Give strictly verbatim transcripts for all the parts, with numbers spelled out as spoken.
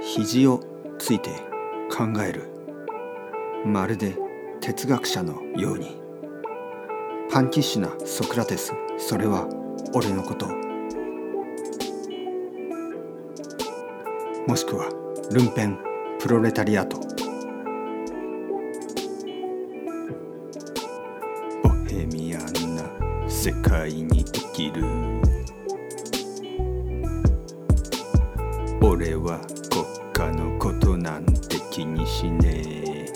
肘をついて考える。まるで哲学者のように。パンキッシュなソクラテス、それは俺のこと。もしくはルンペンプロレタリアート。ボヘミアンな世界に生きる。俺は国家のことなんて気にしねえ。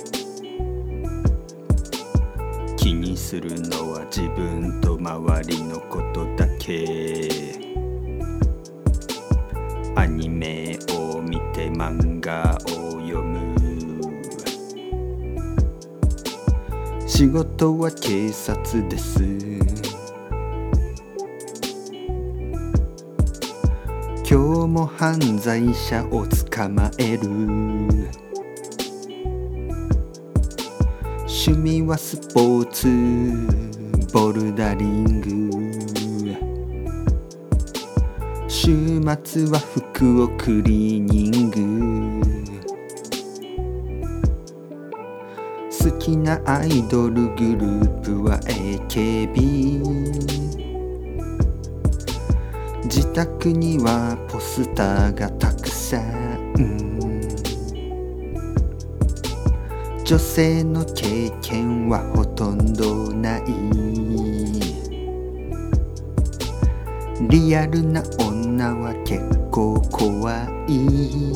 気にするのは自分と周りのことだけ。アニメを見て漫画を読む。仕事は警察です。今日も犯罪者を捕まえる。趣味はスポーツ、ボルダリング。週末は服をクリーニング。好きなアイドルグループは エーケービー。自宅にはポスターがたくさん。女性の経験はほとんどない。リアルな女は結構怖い。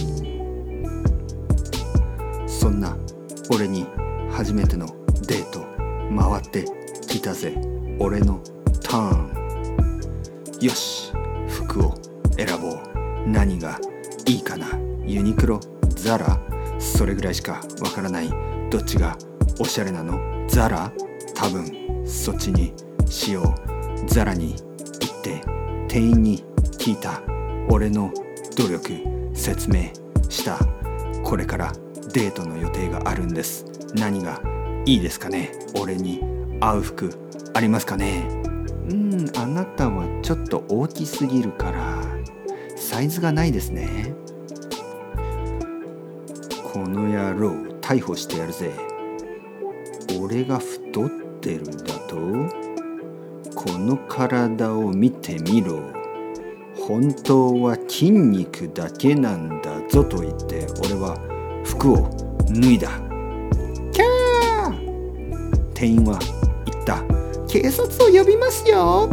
そんな俺に初めてのデート回ってきたぜ。俺のターン。よし、服を選ぼう。何がいいかな。ユニクロ、ザラ、それぐらいしかわからない。どっちがおしゃれなの？ザラ？多分そっちにしよう。ザラに行って店員に聞いた。俺の努力説明した。これからデートの予定があるんです。何がいいですかね？俺に合う服ありますかね？うん、あなたはちょっと大きすぎるからサイズがないですね。この野郎逮捕してやるぜ。俺が太ってるだと？この体を見てみろ。本当は筋肉だけなんだぞと言って俺は服を脱いだ。キャー！店員は言った。警察を呼びますよ。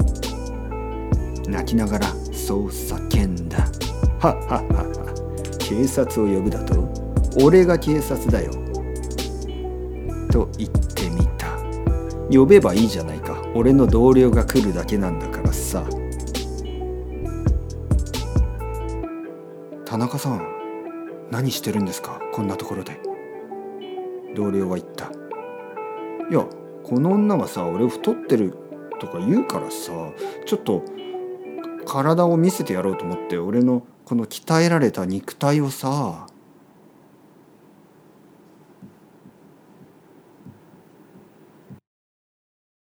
泣きながらそう叫んだ。はっはっはっは。警察を呼ぶだと？俺が警察だよ。と言ってみた。呼べばいいじゃないか。俺の同僚が来るだけなんだからさ。田中さん、何してるんですか？こんなところで。同僚は言った。いや、この女はさ、俺太ってるとか言うからさ、ちょっと体を見せてやろうと思って、俺のこの鍛えられた肉体をさ、